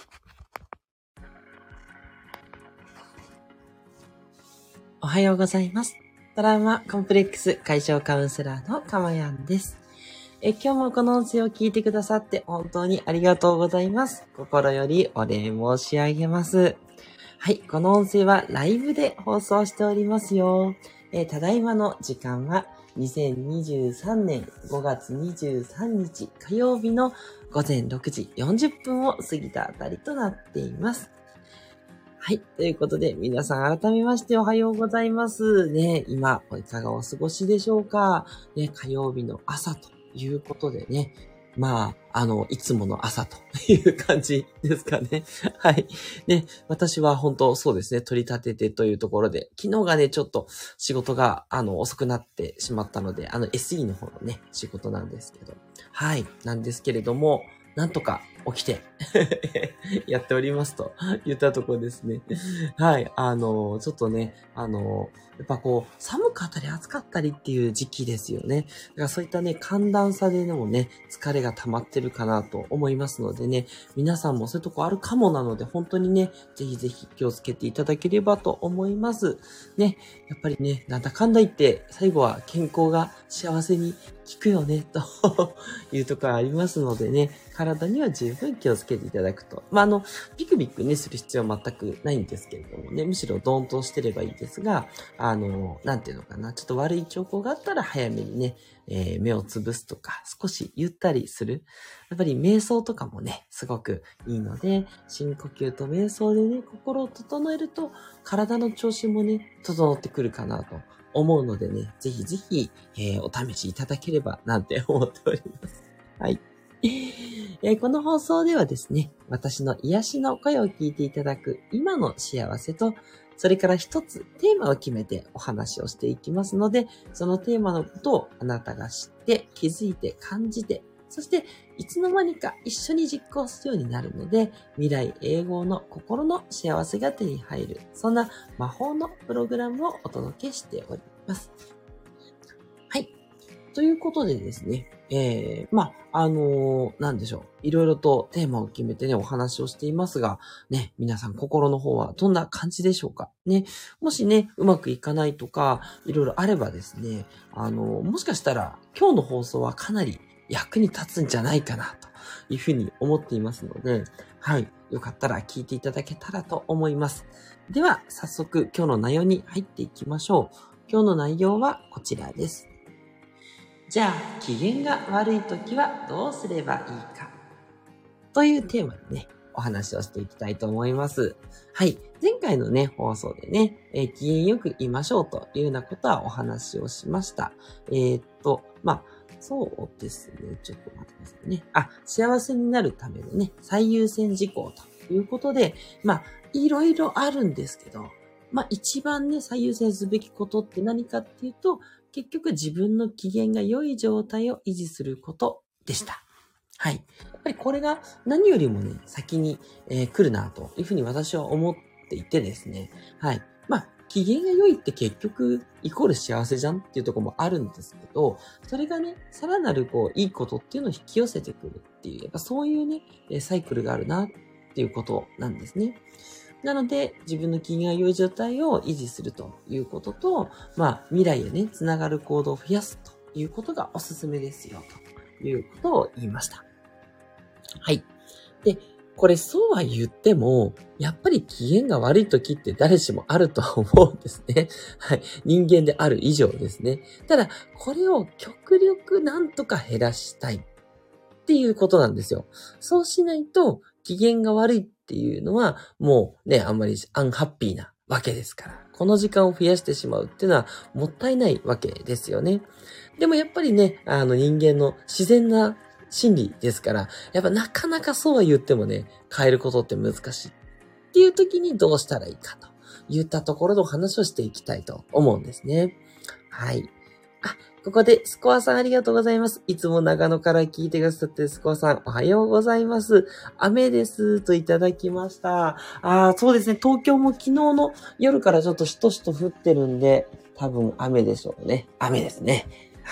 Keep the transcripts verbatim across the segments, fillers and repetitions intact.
おはようございます。トラウマコンプレックス解消カウンセラーのかまやんです。え今日もこの音声を聞いてくださって本当にありがとうございます。心よりお礼申し上げます。はい、この音声はライブで放送しておりますよ。えただいまの時間はにせんにじゅうさんねんごがつにじゅうさんにち火曜日のごぜんろくじよんじゅっぷんを過ぎたあたりとなっています。はい。ということで、皆さん改めましておはようございます。ね、今、いかがお過ごしでしょうか。ね、火曜日の朝ということでね、まあ、あの、いつもの朝という感じですかね。はい。ね、私は本当そうですね、取り立ててというところで、昨日がね、ちょっと仕事が、あの、遅くなってしまったので、あの、エスイー の方のね、仕事なんですけど、はい。なんですけれども、なんとか起きてやっておりますと言ったところですね。はい。あの、ちょっとね、あの、やっぱこう、寒かったり暑かったりっていう時期ですよね。だからそういったね、寒暖差でもね、疲れが溜まってるかなと思いますのでね、皆さんもそういうとこあるかもなので、本当にね、ぜひぜひ気をつけていただければと思います。ね、やっぱりね、なんだかんだ言って、最後は健康が幸せに効くよね、というところありますのでね、体には十分気をつけていただくと。まあ、あの、ビクビクね、する必要は全くないんですけれどもね、むしろドーンとしてればいいですが、あの、なんていうのかな、ちょっと悪い兆候があったら早めにね、えー、目をつぶすとか、少しゆったりする。やっぱり瞑想とかもね、すごくいいので、深呼吸と瞑想でね、心を整えると、体の調子もね、整ってくるかなと思うのでね、ぜひぜひ、えー、お試しいただければなんて思っております。はい。えー、この放送ではですね、私の癒しの声を聞いていただく今の幸せと、それから一つテーマを決めてお話をしていきますので、そのテーマのことをあなたが知って、気づいて、感じて、そしていつの間にか一緒に実行するようになるので、未来永劫の心の幸せが手に入る、そんな魔法のプログラムをお届けしております。はい。ということでですね、えー、まあ、あのー、なんでしょう。いろいろとテーマを決めてね、お話をしていますが、ね、皆さん心の方はどんな感じでしょうかね。もしね、うまくいかないとか、いろいろあればですね、あのー、もしかしたら今日の放送はかなり役に立つんじゃないかな、というふうに思っていますので、はい。よかったら聞いていただけたらと思います。では、早速今日の内容に入っていきましょう。今日の内容はこちらです。じゃあ、機嫌が悪いときはどうすればいいかというテーマでね、お話をしていきたいと思います。はい。前回のね、放送でね、えー、機嫌よく言いましょうというようなことはお話をしました。えー、っと、まあ、そうですね。ちょっと待ってくださいね。あ、幸せになるためのね、最優先事項ということで、まあ、いろいろあるんですけど、まあ、一番ね、最優先すべきことって何かっていうと、結局自分の機嫌が良い状態を維持することでした。はい。やっぱりこれが何よりもね、先に、えー、来るなというふうに私は思っていてですね。はい。まあ、機嫌が良いって結局イコール幸せじゃんっていうところもあるんですけど、それがね、さらなるこう、いいことっていうのを引き寄せてくるっていう、やっぱそういうね、サイクルがあるなっていうことなんですね。なので、自分の機嫌が良い状態を維持するということと、まあ、未来へね、つながる行動を増やすということがおすすめですよ、ということを言いました。はい。で、これそうは言っても、やっぱり機嫌が悪い時って誰しもあると思うんですね。はい。人間である以上ですね。ただ、これを極力なんとか減らしたいっていうことなんですよ。そうしないと、機嫌が悪いっていうのは、もうね、あんまりアンハッピーなわけですから。この時間を増やしてしまうっていうのはもったいないわけですよね。でもやっぱりね、あの人間の自然な心理ですから、やっぱなかなかそうは言ってもね、変えることって難しいっていう時にどうしたらいいかといったところの話をしていきたいと思うんですね。はい。あ、ここでスコアさんありがとうございます。いつも長野から聞いてくださってスコアさんおはようございます。雨ですといただきました。あー、そうですね。東京も昨日の夜からちょっとしとしと降ってるんで、多分雨でしょうね。雨ですね。はい。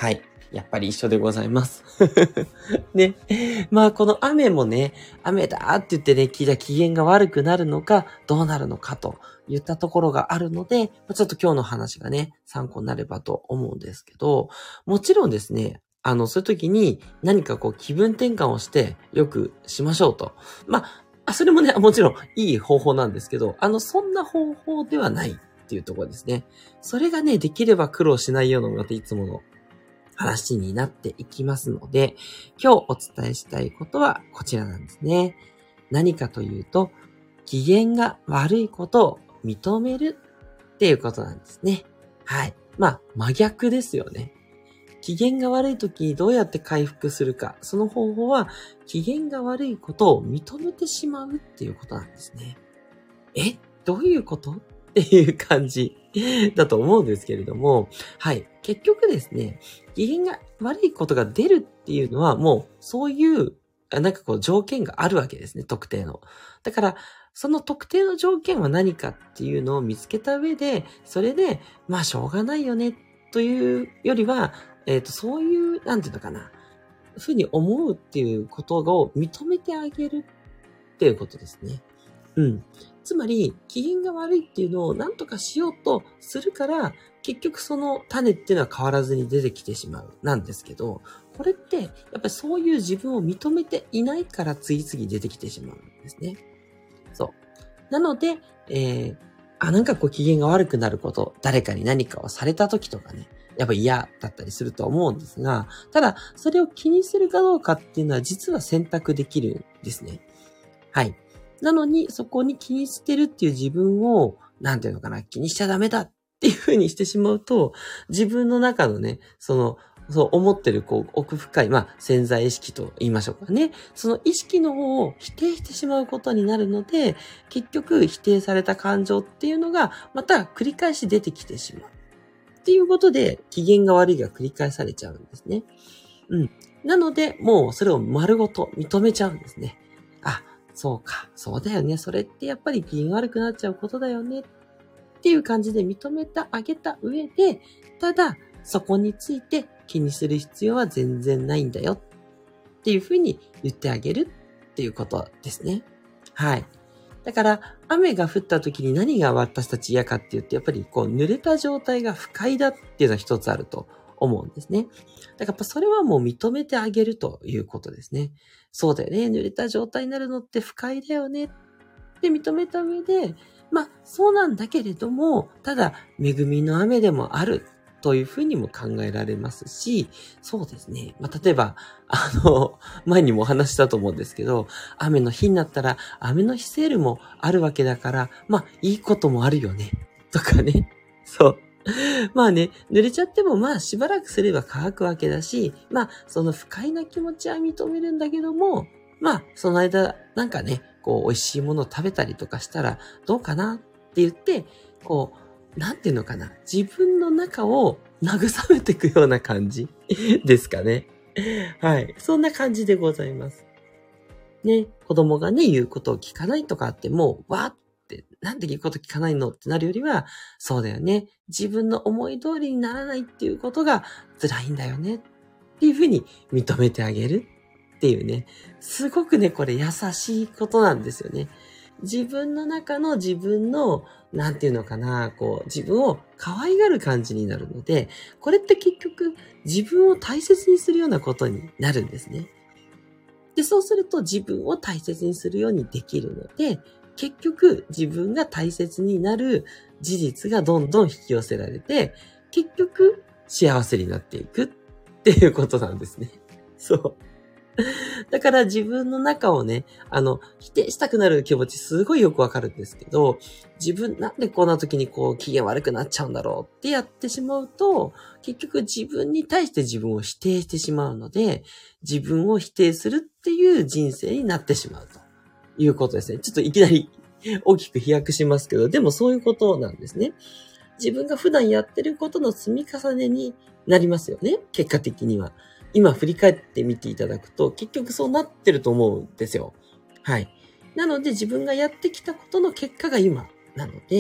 やっぱり一緒でございます。ね。まあこの雨もね、雨だって言ってね、じゃあ機嫌が悪くなるのか、どうなるのかといったところがあるので、ちょっと今日の話がね、参考になればと思うんですけど、もちろんですね、あの、そういう時に何かこう気分転換をしてよくしましょうと。まあ、あ、それもね、もちろんいい方法なんですけど、あの、そんな方法ではないっていうところですね。それがね、できれば苦労しないようなまたいつもの話になっていきますので、今日お伝えしたいことはこちらなんですね。何かというと、機嫌が悪いことを認めるっていうことなんですね。はい。まあ、真逆ですよね。機嫌が悪い時にどうやって回復するか、その方法は、機嫌が悪いことを認めてしまうっていうことなんですね。え、どういうことっていう感じだと思うんですけれども、はい。結局ですね、機嫌が悪いことが出るっていうのは、もう、そういう、なんかこう、条件があるわけですね、特定の。だから、その特定の条件は何かっていうのを見つけた上で、それで、まあ、しょうがないよね、というよりは、えっと、そういう、なんていうのかな、ふうに思うっていうことを認めてあげるっていうことですね。うん。つまり、機嫌が悪いっていうのを何とかしようとするから、結局その種っていうのは変わらずに出てきてしまう。なんですけど、これって、やっぱりそういう自分を認めていないから次々出てきてしまうんですね。そう。なので、えー、あ、なんかこう機嫌が悪くなること、誰かに何かをされた時とかね、やっぱ嫌だったりすると思うんですが、ただ、それを気にするかどうかっていうのは実は選択できるんですね。はい。なのに、そこに気にしてるっていう自分を、なんていうのかな、気にしちゃダメだっていう風にしてしまうと、自分の中のね、その、そう思ってる、こう、奥深い、まあ、潜在意識と言いましょうかね。その意識の方を否定してしまうことになるので、結局、否定された感情っていうのが、また繰り返し出てきてしまう。っていうことで、機嫌が悪いが繰り返されちゃうんですね。うん。なので、もうそれを丸ごと認めちゃうんですね。あ、そうか、そうだよね。それってやっぱり機嫌悪くなっちゃうことだよね。っていう感じで認めてあげた上で、ただ、そこについて気にする必要は全然ないんだよ。っていうふうに言ってあげるっていうことですね。はい。だから、雨が降った時に何が私たち嫌かって言って、やっぱりこう濡れた状態が不快だっていうのは一つあると思うんですね。だからやっぱそれはもう認めてあげるということですね。そうだよね。濡れた状態になるのって不快だよねって認めた上で、まあそうなんだけれども、ただ恵みの雨でもあるというふうにも考えられますし、そうですね。まあ例えば、あの、前にもお話したと思うんですけど、雨の日になったら雨の日セールもあるわけだから、まあいいこともあるよね。とかね。そう。まあね、濡れちゃってもまあしばらくすれば乾くわけだし、まあその不快な気持ちは認めるんだけども、まあその間なんかね、こう美味しいものを食べたりとかしたらどうかなって言って、こう、なんていうのかな、自分の中を慰めていくような感じですかね。はい。そんな感じでございます。ね、子供がね、言うことを聞かないとかあっても、わーって、なんで言うこと聞かないのってなるよりは、そうだよね。自分の思い通りにならないっていうことが辛いんだよね。っていうふうに認めてあげるっていうね。すごくね、これ優しいことなんですよね。自分の中の自分の、なんていうのかな、こう、自分を可愛がる感じになるので、これって結局自分を大切にするようなことになるんですね。で、そうすると自分を大切にするようにできるので、結局自分が大切になる事実がどんどん引き寄せられて、結局幸せになっていくっていうことなんですね。そう。だから自分の中をね、あの、否定したくなる気持ちすごいよくわかるんですけど、自分なんでこんな時にこう機嫌悪くなっちゃうんだろうってやってしまうと、結局自分に対して自分を否定してしまうので、自分を否定するっていう人生になってしまうということですね。ちょっといきなり大きく飛躍しますけど、でもそういうことなんですね。自分が普段やってることの積み重ねになりますよね。結果的には。今振り返ってみていただくと、結局そうなってると思うんですよ。はい。なので自分がやってきたことの結果が今なので、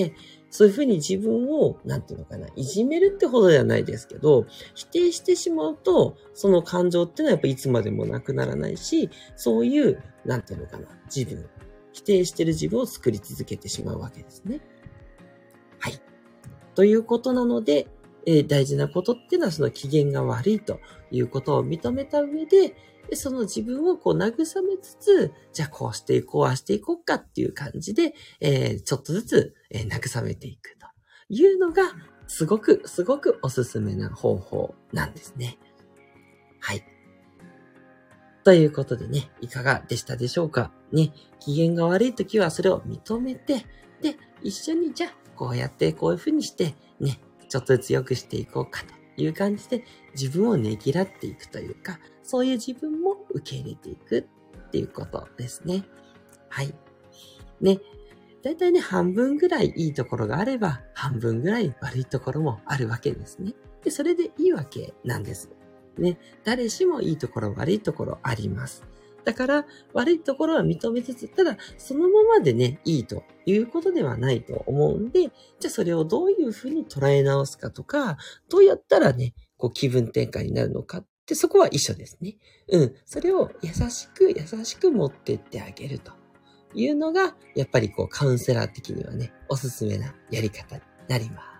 そういうふうに自分を、なんていうのかな、いじめるってほどではないですけど、否定してしまうと、その感情ってのはやっぱいつまでもなくならないし、そういう、なんていうのかな、自分、否定してる自分を作り続けてしまうわけですね。はい。ということなので、えー、大事なことっていうのはその機嫌が悪いということを認めた上で、でその自分をこう慰めつつ、じゃあこうしていこう、ああしていこうかっていう感じで、えー、ちょっとずつ、えー、慰めていくというのが、すごく、すごくおすすめな方法なんですね。はい。ということでね、いかがでしたでしょうかね、機嫌が悪いときはそれを認めて、で、一緒にじゃあ、こうやってこういうふうにして、ね、ちょっとずつ良くしていこうかという感じで、自分をねぎらっていくというか、そういう自分も受け入れていくっていうことですね。はい。ね、だいたいね、半分ぐらいいいところがあれば、半分ぐらい悪いところもあるわけですね。で、それでいいわけなんです。ね、誰しもいいところ悪いところあります。だから悪いところは認めつつ、ただそのままでね、いいということではないと思うんで、じゃあそれをどういうふうに捉え直すかとか、どうやったらね、こう気分転換になるのかってそこは一緒ですね。うん。それを優しく優しく持ってってあげるというのが、やっぱりこうカウンセラー的にはね、おすすめなやり方になります。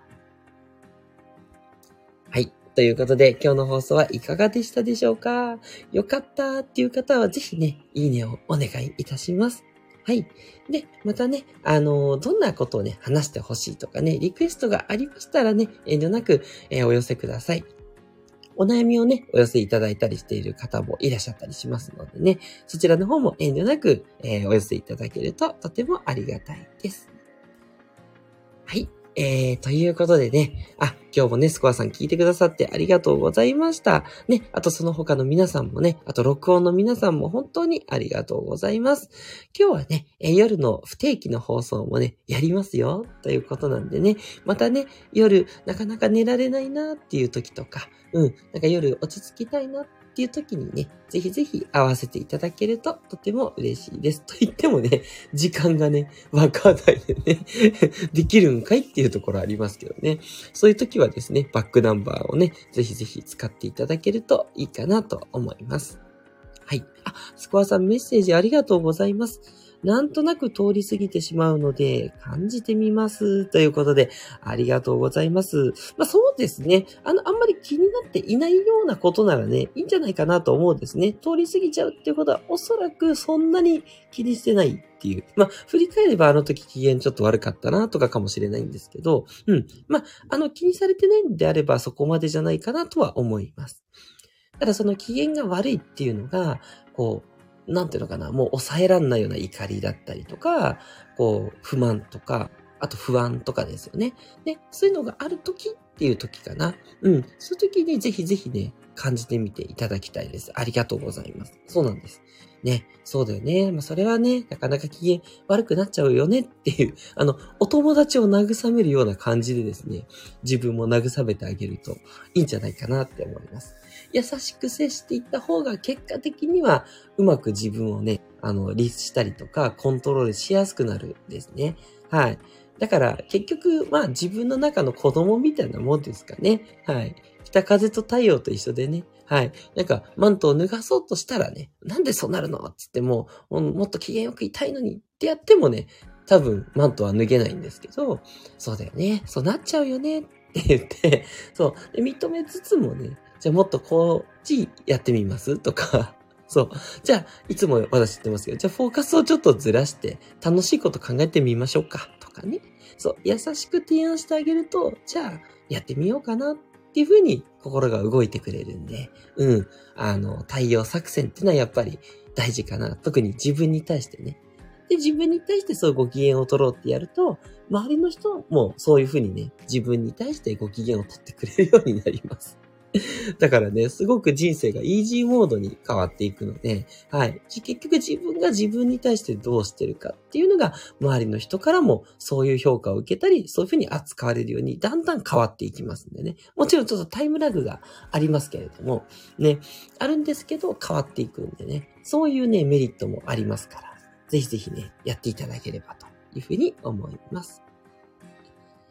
はい。ということで、今日の放送はいかがでしたでしょうか？よかったっていう方はぜひね、いいねをお願いいたします。はい。で、またね、あの、どんなことをね、話してほしいとかね、リクエストがありましたらね、遠慮なく、えーお寄せください。お悩みをね、お寄せいただいたりしている方もいらっしゃったりしますのでね、そちらの方も遠慮なく、えーお寄せいただけるととてもありがたいです。はい。えー、ということでね、あ、今日もね、スコアさん聞いてくださってありがとうございました。ね、あとその他の皆さんもね、あと録音の皆さんも本当にありがとうございます。今日はね、えー夜の不定期の放送もね、やりますよ、ということなんでね、またね、夜なかなか寝られないなっていう時とか、うん、なんか夜落ち着きたいなっていう時にね、ぜひぜひ合わせていただけるととても嬉しいです。と言ってもね、時間がね、わかんないでね、できるんかいっていうところありますけどね。そういう時はですね、バックナンバーをね、ぜひぜひ使っていただけるといいかなと思います。はい。あ、スコアさんメッセージありがとうございます。なんとなく通り過ぎてしまうので、感じてみます。ということで、ありがとうございます。まあそうですね。あの、あんまり気になっていないようなことならね、いいんじゃないかなと思うんですね。通り過ぎちゃうっていうことは、おそらくそんなに気にしてないっていう。まあ、振り返ればあの時機嫌ちょっと悪かったなとかかもしれないんですけど、うん。まあ、あの気にされてないんであればそこまでじゃないかなとは思います。ただその機嫌が悪いっていうのが、こう、なんていうのかな、もう抑えらんないような怒りだったりとか、こう、不満とか、あと不安とかですよね。で、そういうのがある時っていう時かな。うん。そういう時にぜひぜひね、感じてみていただきたいです。ありがとうございます。そうなんです。ね、そうだよね。まあ、それはね、なかなか機嫌悪くなっちゃうよねっていう、あの、お友達を慰めるような感じでですね、自分も慰めてあげるといいんじゃないかなって思います。優しく接していった方が結果的にはうまく自分をね、あの、律したりとかコントロールしやすくなるんですね。はい。だから結局、まあ自分の中の子供みたいなもんですかね。はい。北風と太陽と一緒でね。はい。なんか、マントを脱がそうとしたらね、なんでそうなるのっつっても、もっと機嫌よくいたいのにってやってもね、多分マントは脱げないんですけど、そうだよね。そうなっちゃうよねって言って、そう。で認めつつもね、じゃあもっとこっちやってみますとか、そう。じゃあ、いつも私言ってますけど、じゃあフォーカスをちょっとずらして、楽しいこと考えてみましょうかとかね。そう。優しく提案してあげると、じゃあ、やってみようかなっていうふうに心が動いてくれるんで、うん。あの、対応作戦っていうのはやっぱり大事かな。特に自分に対してね。で、自分に対してそういうご機嫌を取ろうってやると、周りの人もそういうふうにね、自分に対してご機嫌を取ってくれるようになります。だからね、すごく人生がイージーモードに変わっていくので、はい。結局自分が自分に対してどうしてるかっていうのが、周りの人からもそういう評価を受けたり、そういうふうに扱われるようにだんだん変わっていきますんでね。もちろんちょっとタイムラグがありますけれども、ね、あるんですけど変わっていくんでね、そういうね、メリットもありますから、ぜひぜひね、やっていただければというふうに思います。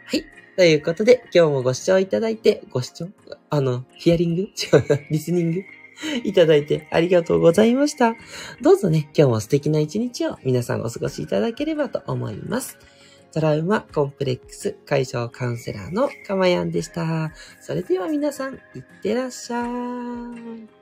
はい。ということで、今日もご視聴いただいて、ご視聴あの、ヒアリング違う、リスニングいただいてありがとうございました。どうぞね、今日も素敵な一日を皆さんお過ごしいただければと思います。トラウマコンプレックス解消カウンセラーのかまやんでした。それでは皆さん、いってらっしゃい。